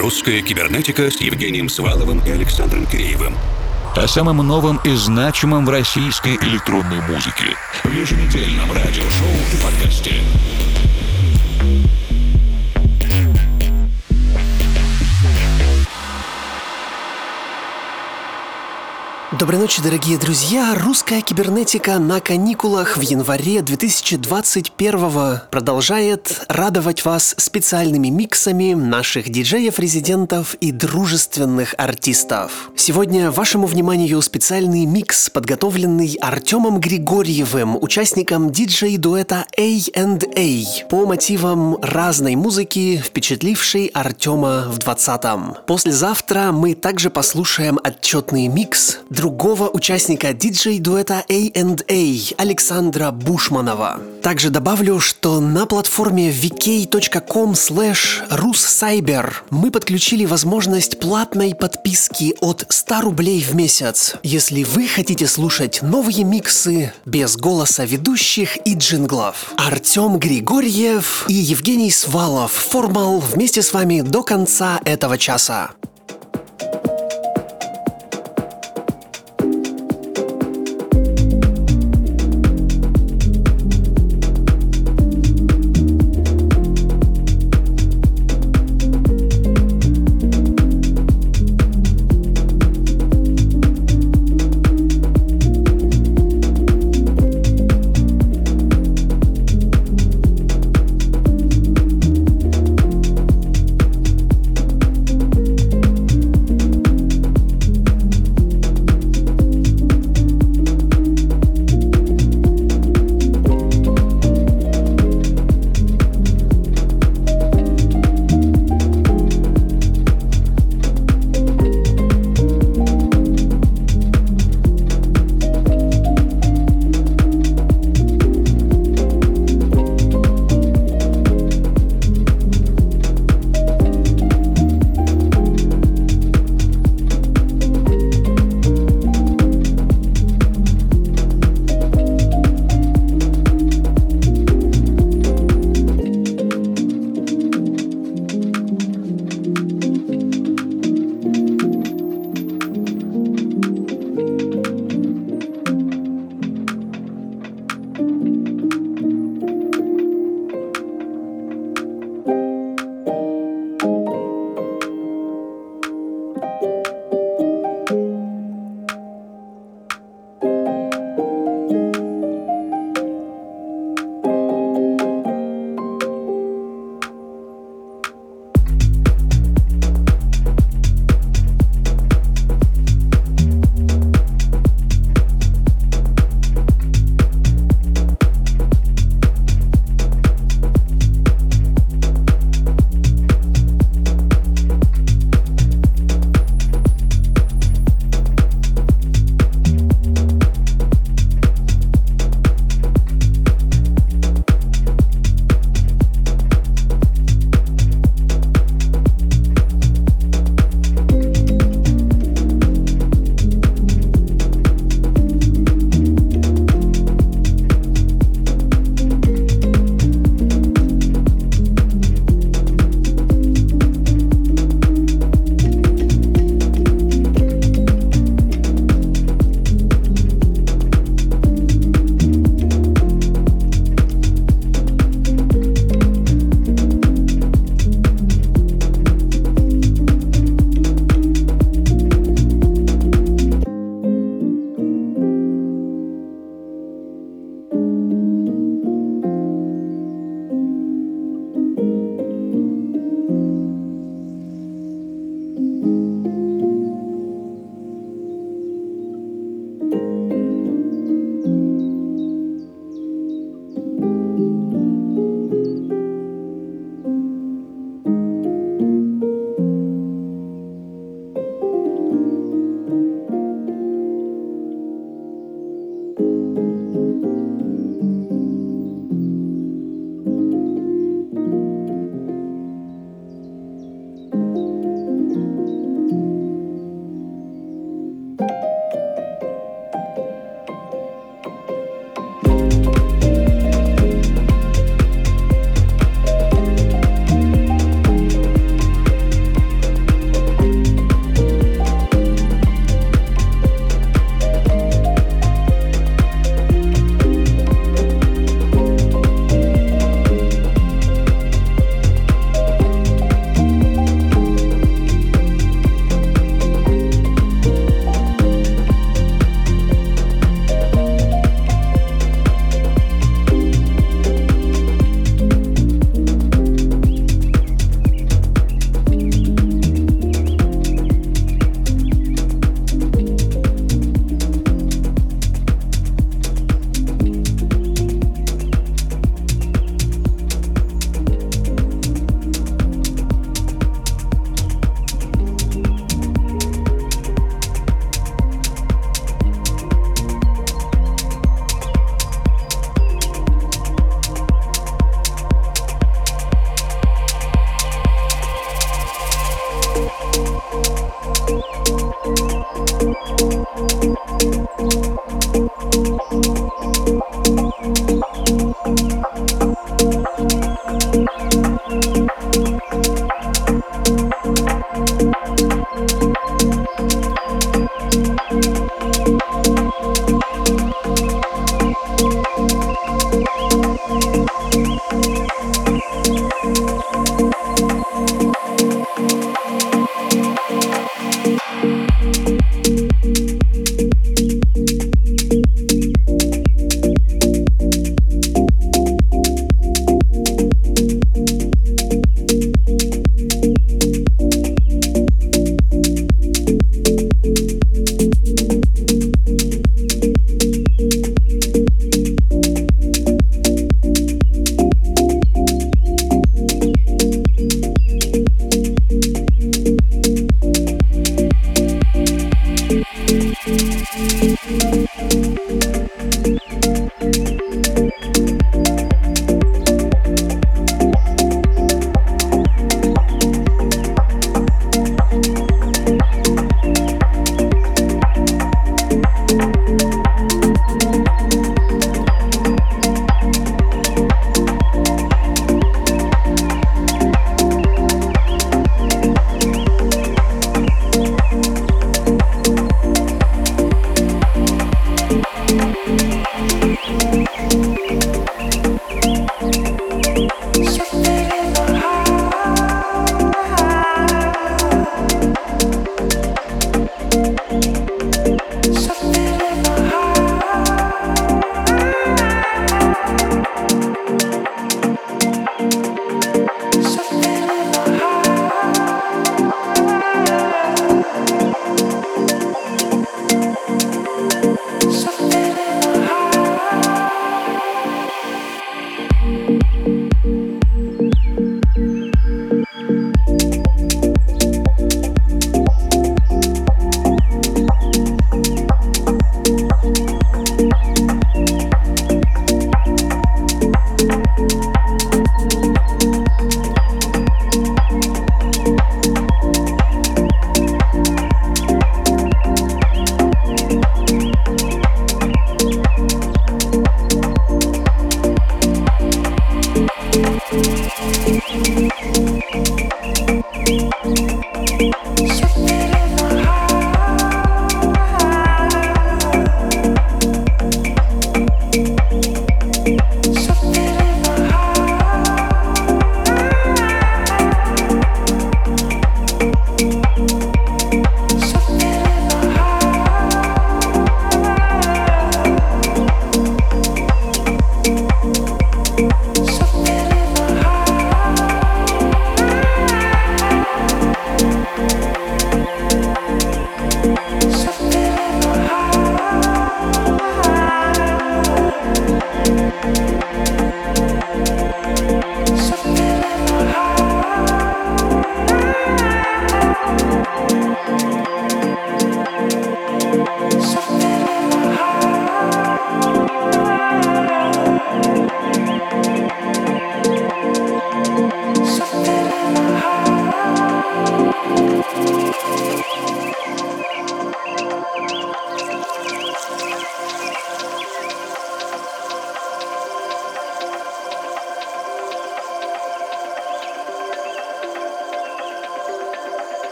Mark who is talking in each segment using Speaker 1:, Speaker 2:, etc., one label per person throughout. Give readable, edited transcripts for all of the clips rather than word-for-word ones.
Speaker 1: Русская кибернетика с Евгением Сваловым и Александром Киреевым.
Speaker 2: О самом новом и значимом в российской электронной музыке. В еженедельном радиошоу и подкасте.
Speaker 3: Доброй ночи, дорогие друзья! Русская кибернетика на каникулах в январе 2021 продолжает радовать вас специальными миксами наших диджеев-резидентов и дружественных артистов. Сегодня вашему вниманию специальный микс, подготовленный Артемом Григорьевым, участником диджей-дуэта A&A, по мотивам разной музыки, впечатлившей Артема в 20-м. Послезавтра мы также послушаем отчетный микс другого участника диджей-дуэта A&A Александра Бушманова. Также добавлю, что на платформе vk.com/russcyber мы подключили возможность платной подписки от 100 рублей в месяц, если вы хотите слушать новые миксы без голоса ведущих и джинглов. Артем Григорьев и Евгений Свалов, Формал, вместе с вами до конца этого часа.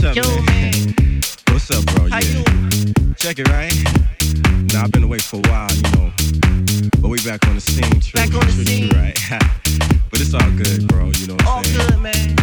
Speaker 4: What's up,
Speaker 5: Yo,
Speaker 4: man? What's up, bro?
Speaker 5: How
Speaker 4: Yeah.
Speaker 5: you?
Speaker 4: Check it, right? Nah, I've been away for a while, you know. But we back on the scene, true.
Speaker 5: Back on the
Speaker 4: True,
Speaker 5: scene.
Speaker 4: right? But it's all good, bro. You know what
Speaker 5: All
Speaker 4: I'm saying?
Speaker 5: good, man.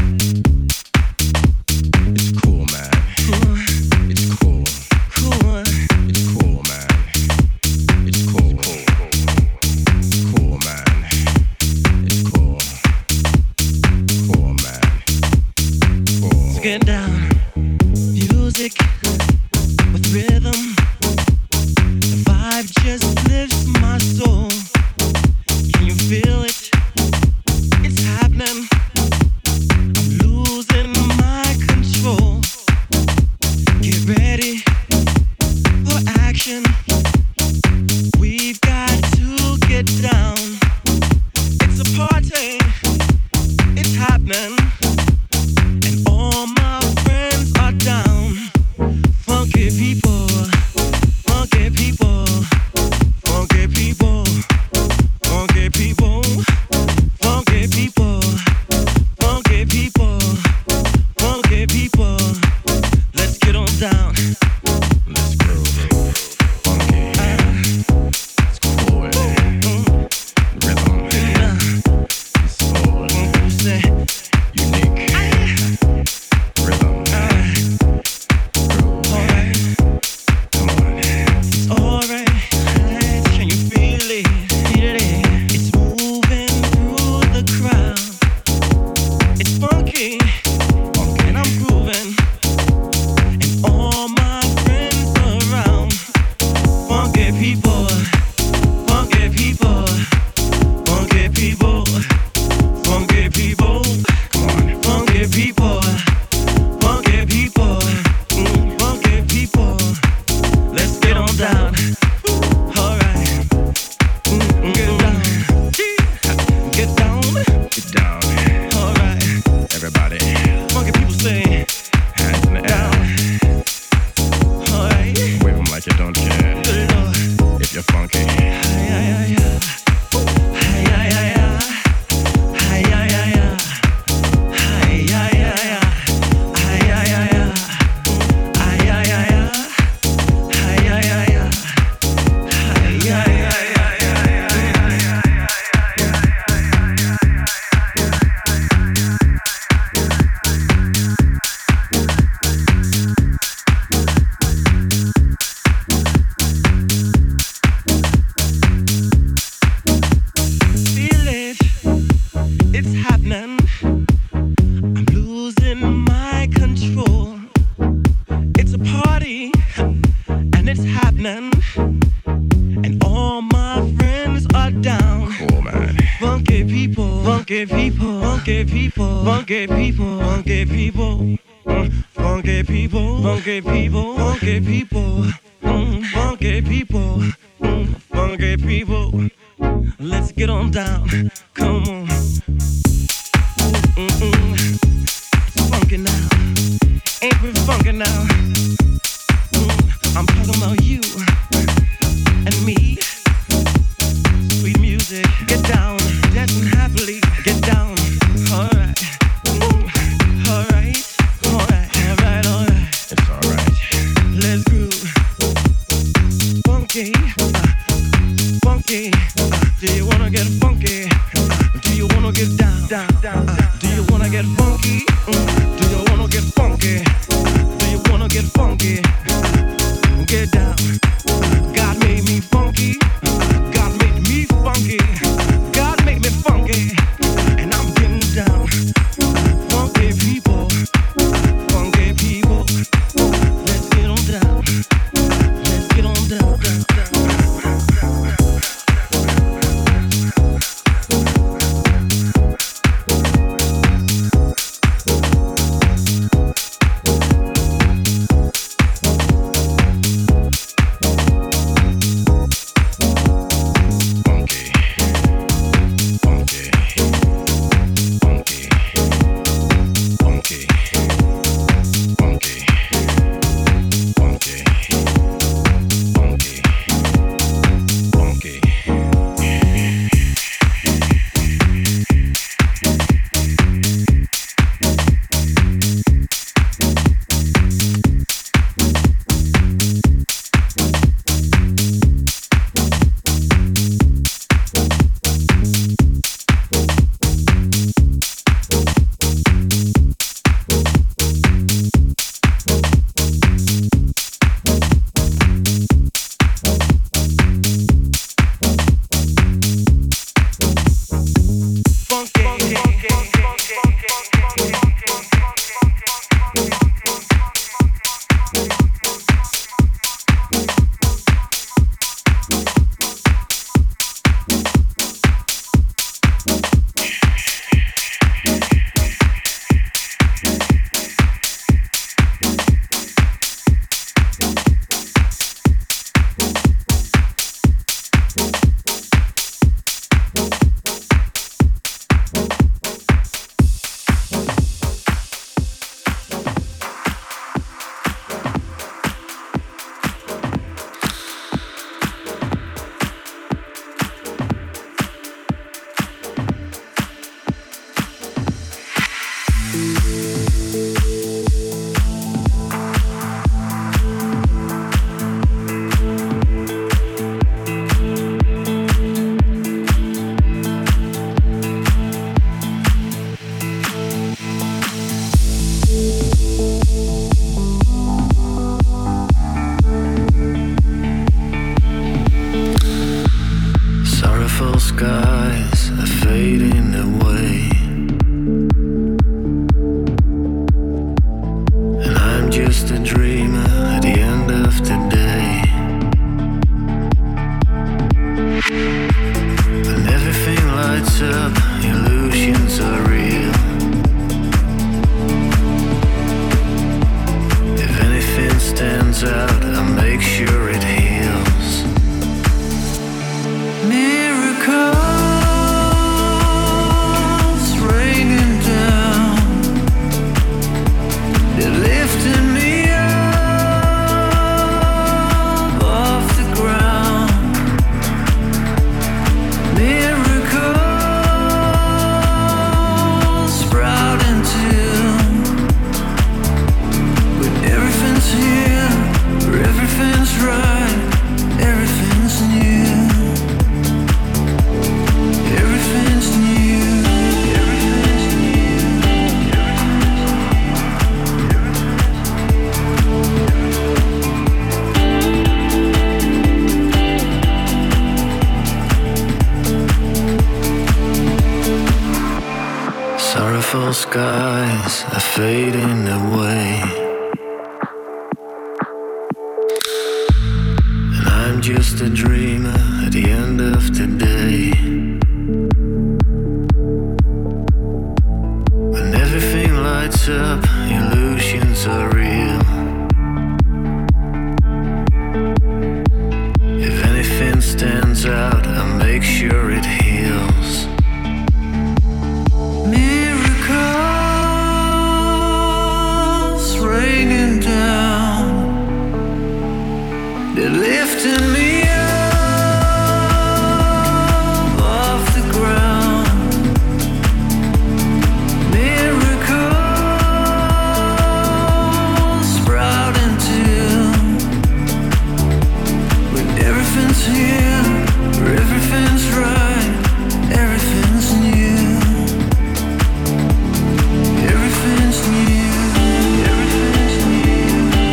Speaker 4: It's cool, man.
Speaker 5: Cool,
Speaker 4: It's cool.
Speaker 5: cool.
Speaker 4: It's cool, man. It's cool. Cool, man. It's cool. Cool, man. Cool.
Speaker 5: Let's get down. Music with rhythm. The vibe just lifts my soul. Can you feel it? It's happening. I'm losing my control. Get ready for action. We've got to get down. It's a party. It's happening. And all my friends are down. Funky people. Funky people. Funky people. Funky people. Funky people. Funky people. Funky people. Let's get on down.
Speaker 4: Let's groove. Funky. It's cool. Rhythm. Soul.
Speaker 5: You say,
Speaker 4: Unique. Rhythm. Groove.
Speaker 5: alright,
Speaker 4: Come on.
Speaker 5: it's alright. Can you feel it? Feel it? It's moving through the crowd. It's funky, and I'm grooving. And all my friends around. Funky people, funky people, funky people, funky people.
Speaker 4: Come on.
Speaker 5: Funky people, funky people, funky people. Let's get on down. Alright. Get down. Get down.
Speaker 4: Get down.
Speaker 5: Alright.
Speaker 4: Everybody.
Speaker 5: Funky people say
Speaker 4: Hands in the
Speaker 5: down.
Speaker 4: air.
Speaker 5: Alright.
Speaker 4: Wave them like you don't care.
Speaker 5: Put it on.
Speaker 4: If you're funky.
Speaker 5: Hi, hi, hi, hi. Hi, hi, hi, hi. Hi, hi, hi, hi. Hi, hi, hi, hi. Hi, hi, hi, hi. Hi, hi, hi, hi. Hi, hi, hi, hi. Hi, hi, hi, Feel it, it's happening. I'm losing my control. It's a party, and it's happening. And all my friends are down.
Speaker 4: Cool, man.
Speaker 5: Funky people, funky people, funky people, funky people, funky people, funky people, funky people, funky people, funky people, funky people. Let's get on down. Come on. It's funky now. Ain't we funky now? I'm talking about you and me. Sweet music. Get down. Dancing happily. Get down. Alright. Alright. Alright. Alright. Alright.
Speaker 4: It's alright.
Speaker 5: Let's groove. Funky. Funky. Do you wanna get funky? Do you wanna get down? Do you wanna get funky? Do you wanna get funky? Do you wanna get funky? Get down.
Speaker 6: just a dreamer at the end of the day. When everything lights up, illusions are real. If anything stands out, I'll make sure it heals. Miracles raining down, they're lifting me up off the ground. Miracles sprouting too. When everything's here, everything's right, everything's new. Everything's new. Everything's new. Sorrowful skies are fading away, and I'm just a dreamer at the end of the day. When everything lights up, illusions are real. If anything stands out, I'll make sure it heals. Miracles raining down, they're lifting me up off the ground. Miracles sprouting too. When everything's here, everything's right, everything's new. Everything's new. Everything's new.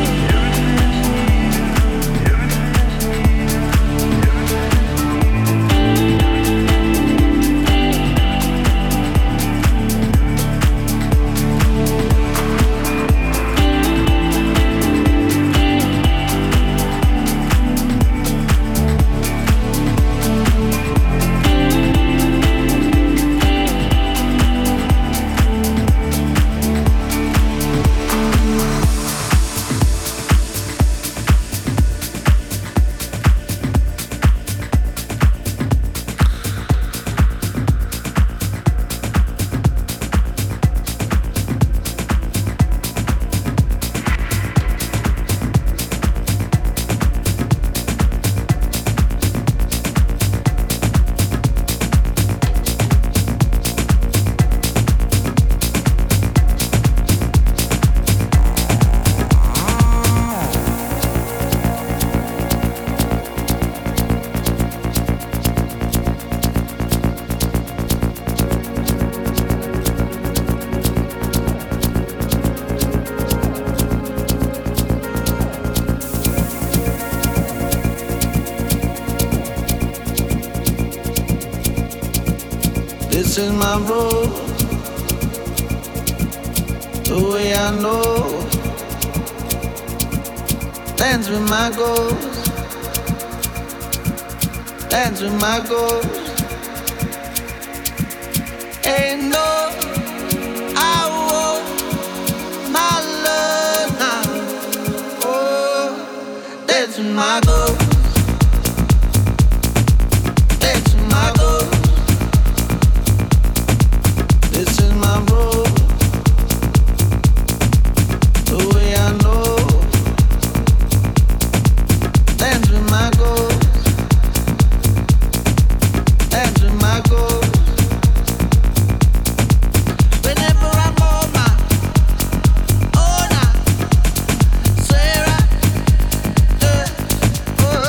Speaker 6: This is my road, the way I know. Dance with my ghost, dance with my ghost. Ain't no I want my love now. Oh, dance with my ghost, dance with my ghost. This is my road, the way I know. Dance with my ghost, dance with my ghost. Whenever I'm on my own, Sarah, oh,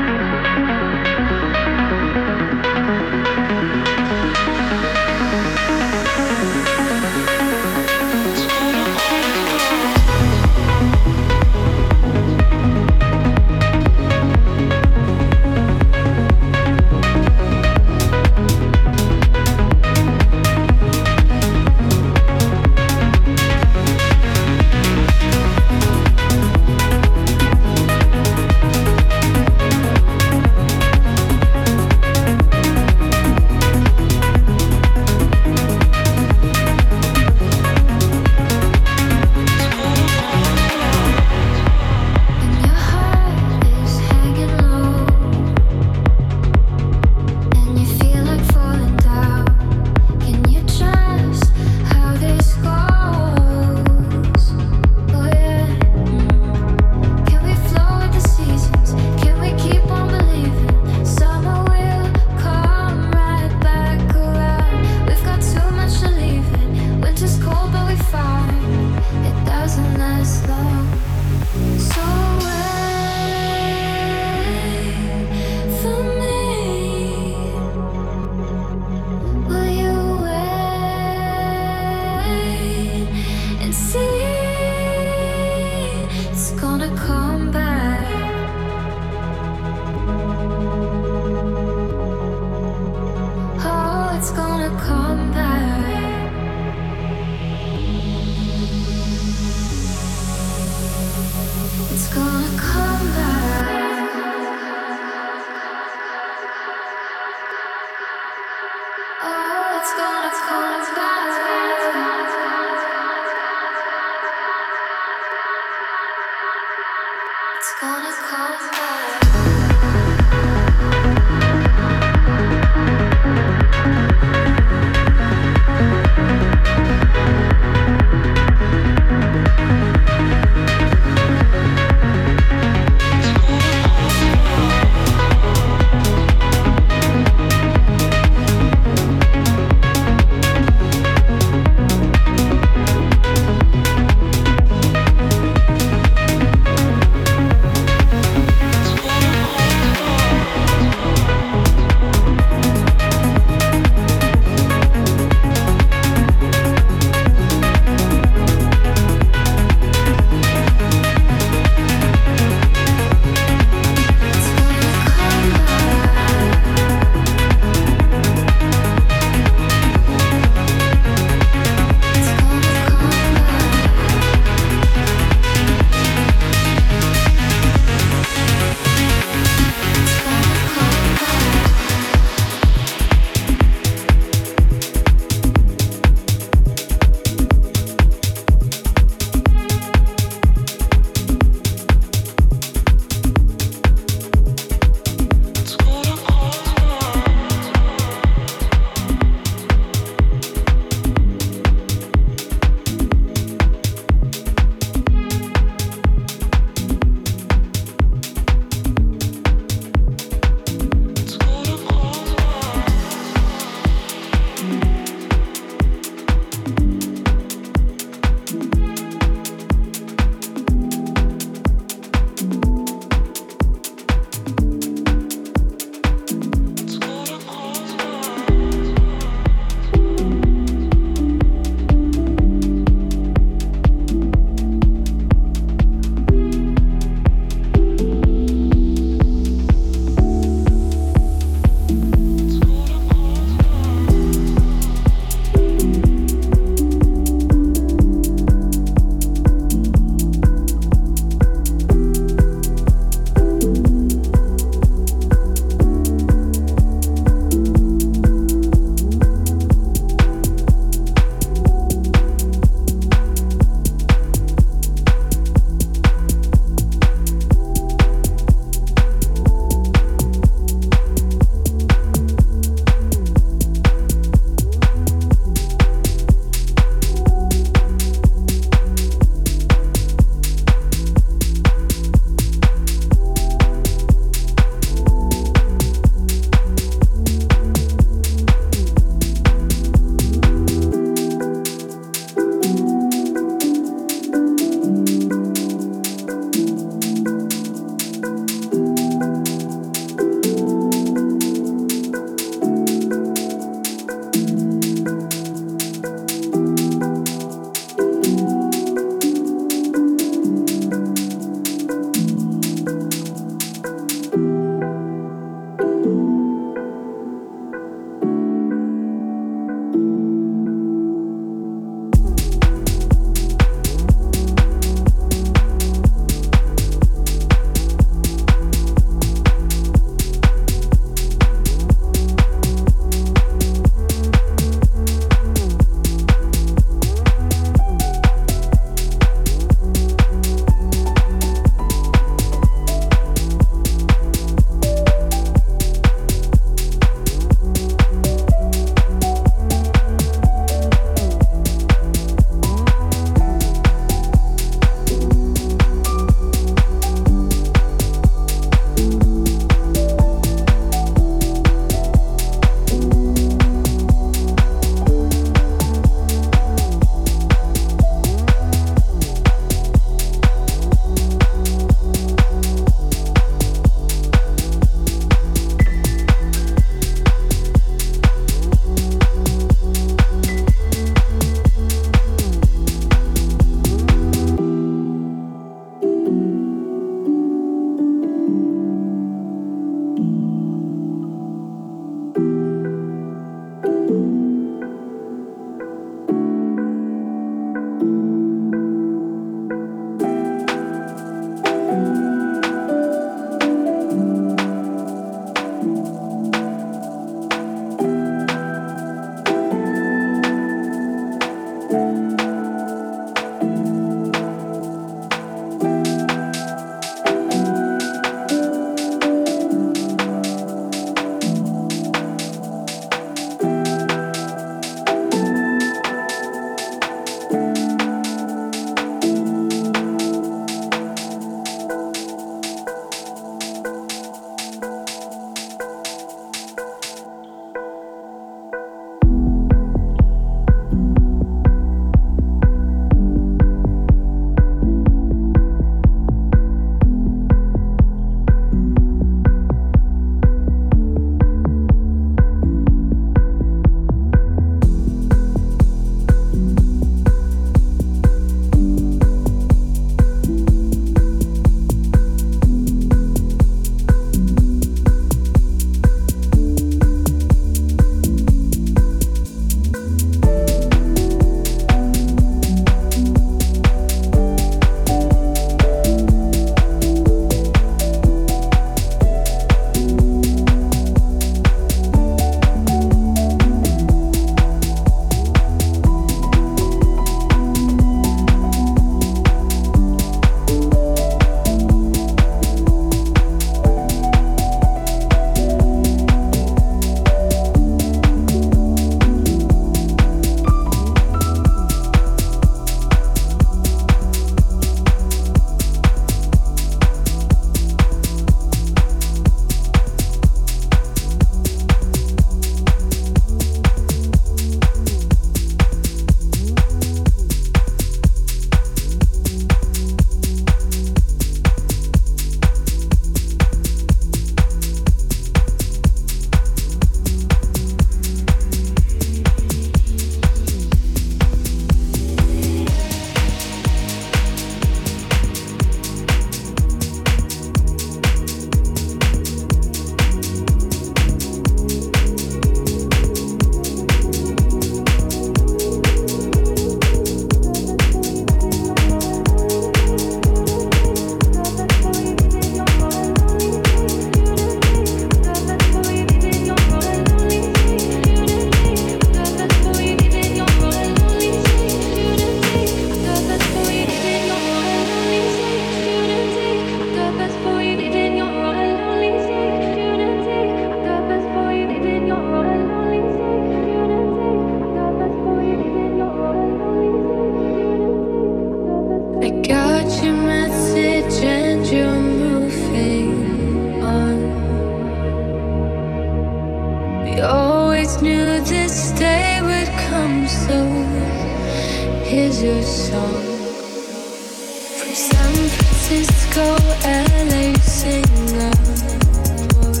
Speaker 7: Here's your song from San Francisco, LA, Singapore.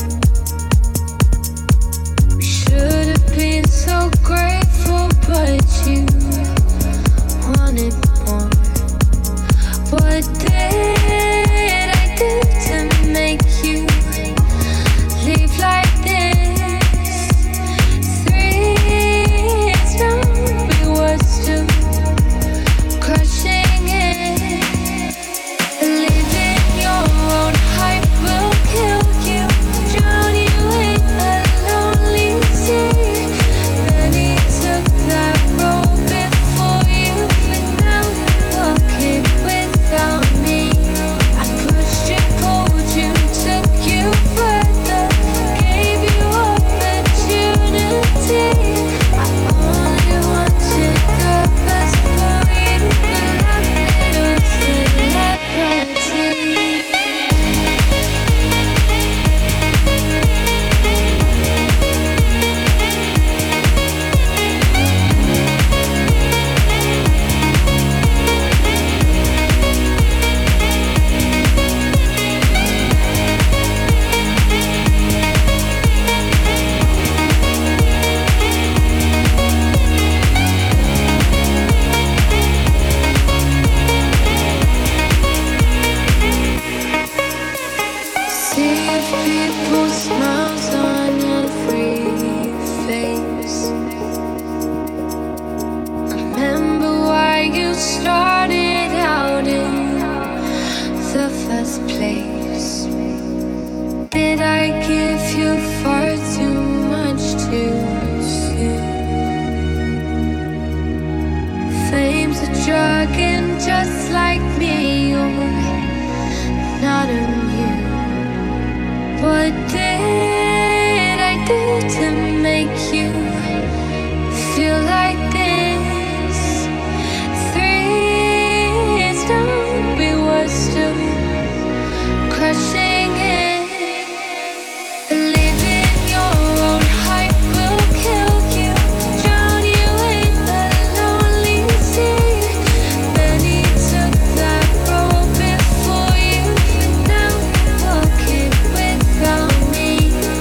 Speaker 7: We should have been so grateful, but you wanted more. What did I do to make you leave like this? 3 years now, we were still crushing it. Living your own hype will kill you, drown you in a lonely sea. Many took that road before you, but now you're walking without me. I pushed you, pulled you, took you further, gave you opportunity. I only wanted the best for you, but I made a celebrity. See people's smiles on every face. Remember why you started out in the first place. Did I give you far too much too soon? Fame's a drug, and just like me, you're not immune. What did I do to make you feel like this? 3 years down, we were still crushing it. Living your own hype will kill you, drown you in a lonely sea. Many took that road before you, but now you're walking without me.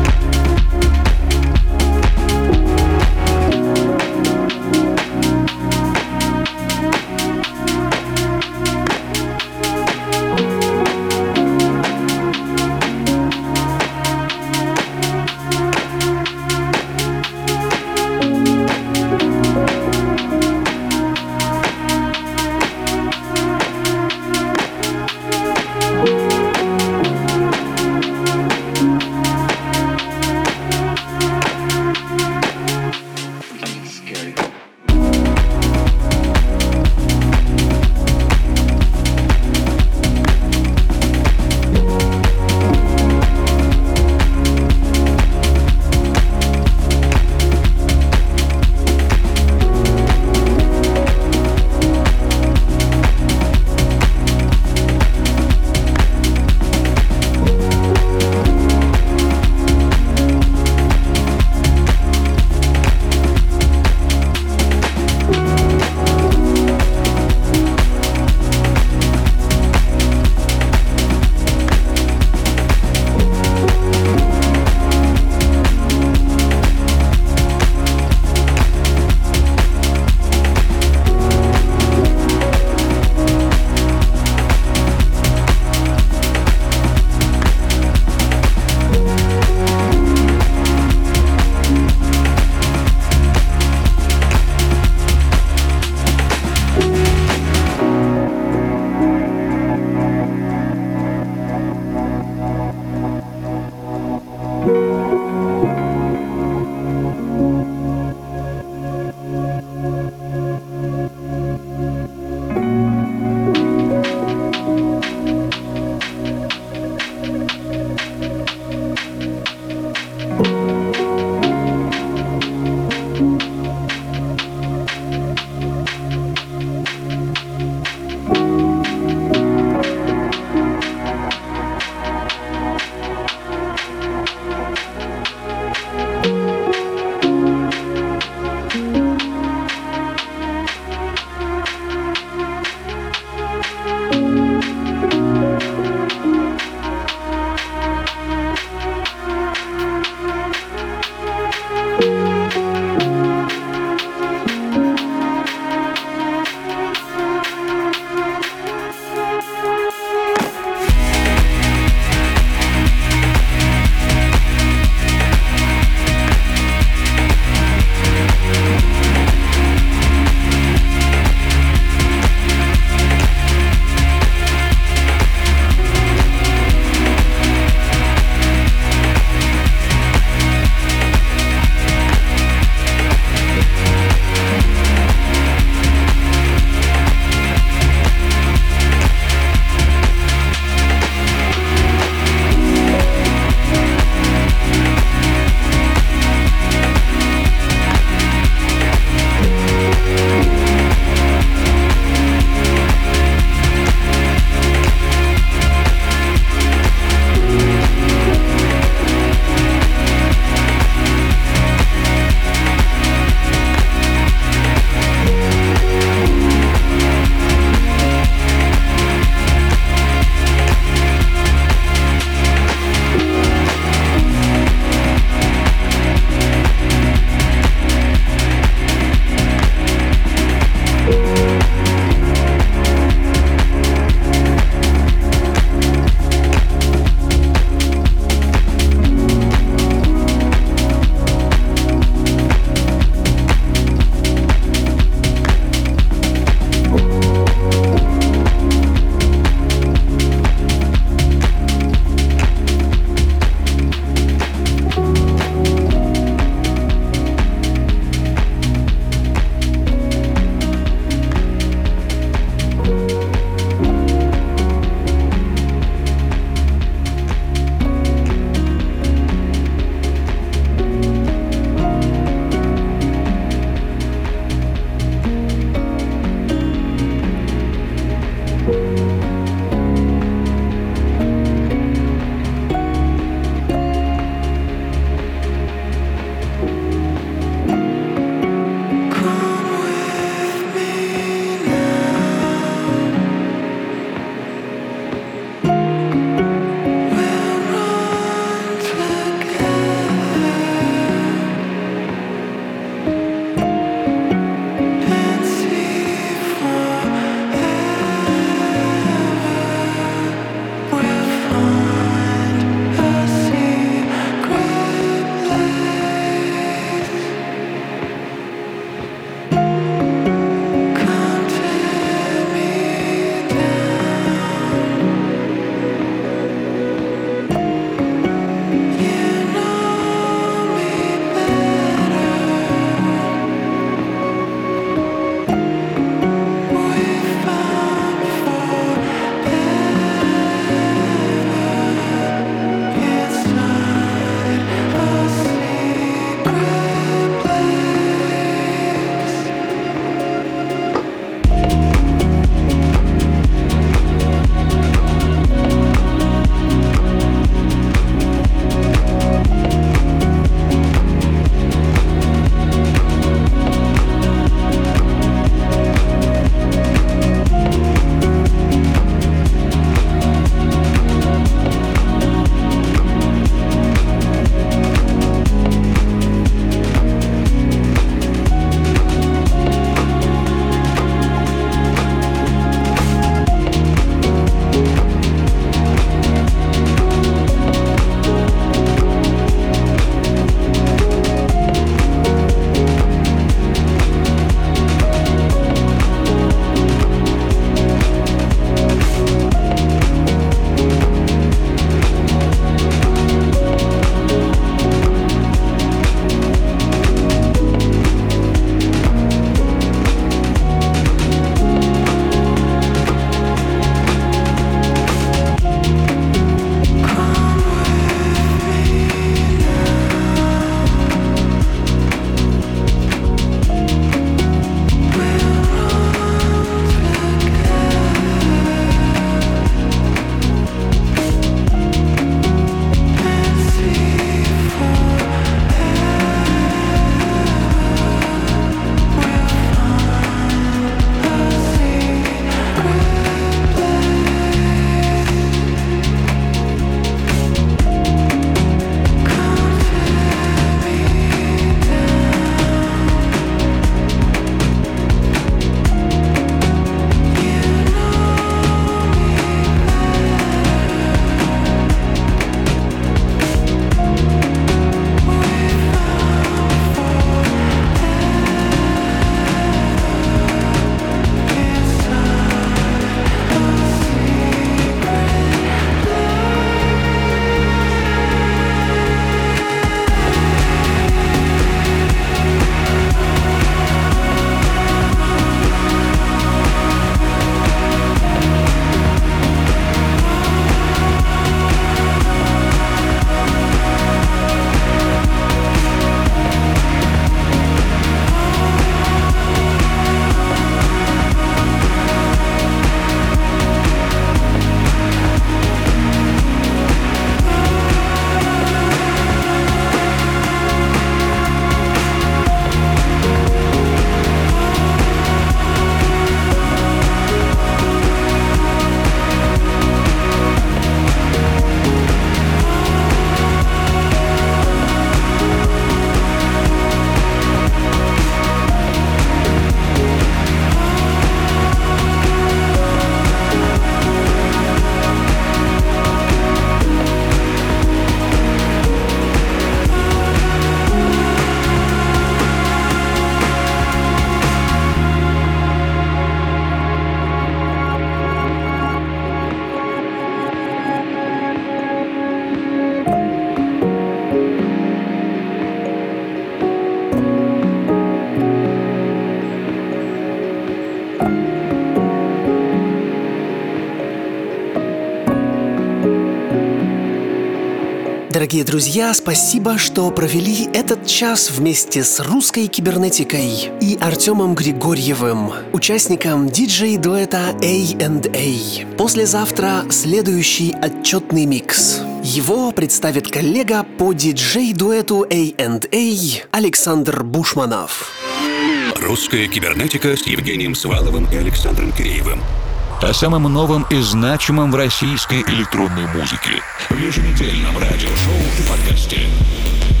Speaker 3: Дорогие друзья, спасибо, что провели этот час вместе с русской кибернетикой и Артемом Григорьевым, участником диджей-дуэта A&A. Послезавтра следующий отчетный микс. Его представит коллега по диджей-дуэту A&A Александр Бушманов.
Speaker 1: Русская кибернетика с Евгением Сваловым и Александром Киреевым.
Speaker 2: О самом новом и значимом в российской электронной музыке в еженедельном радиошоу и подкасте.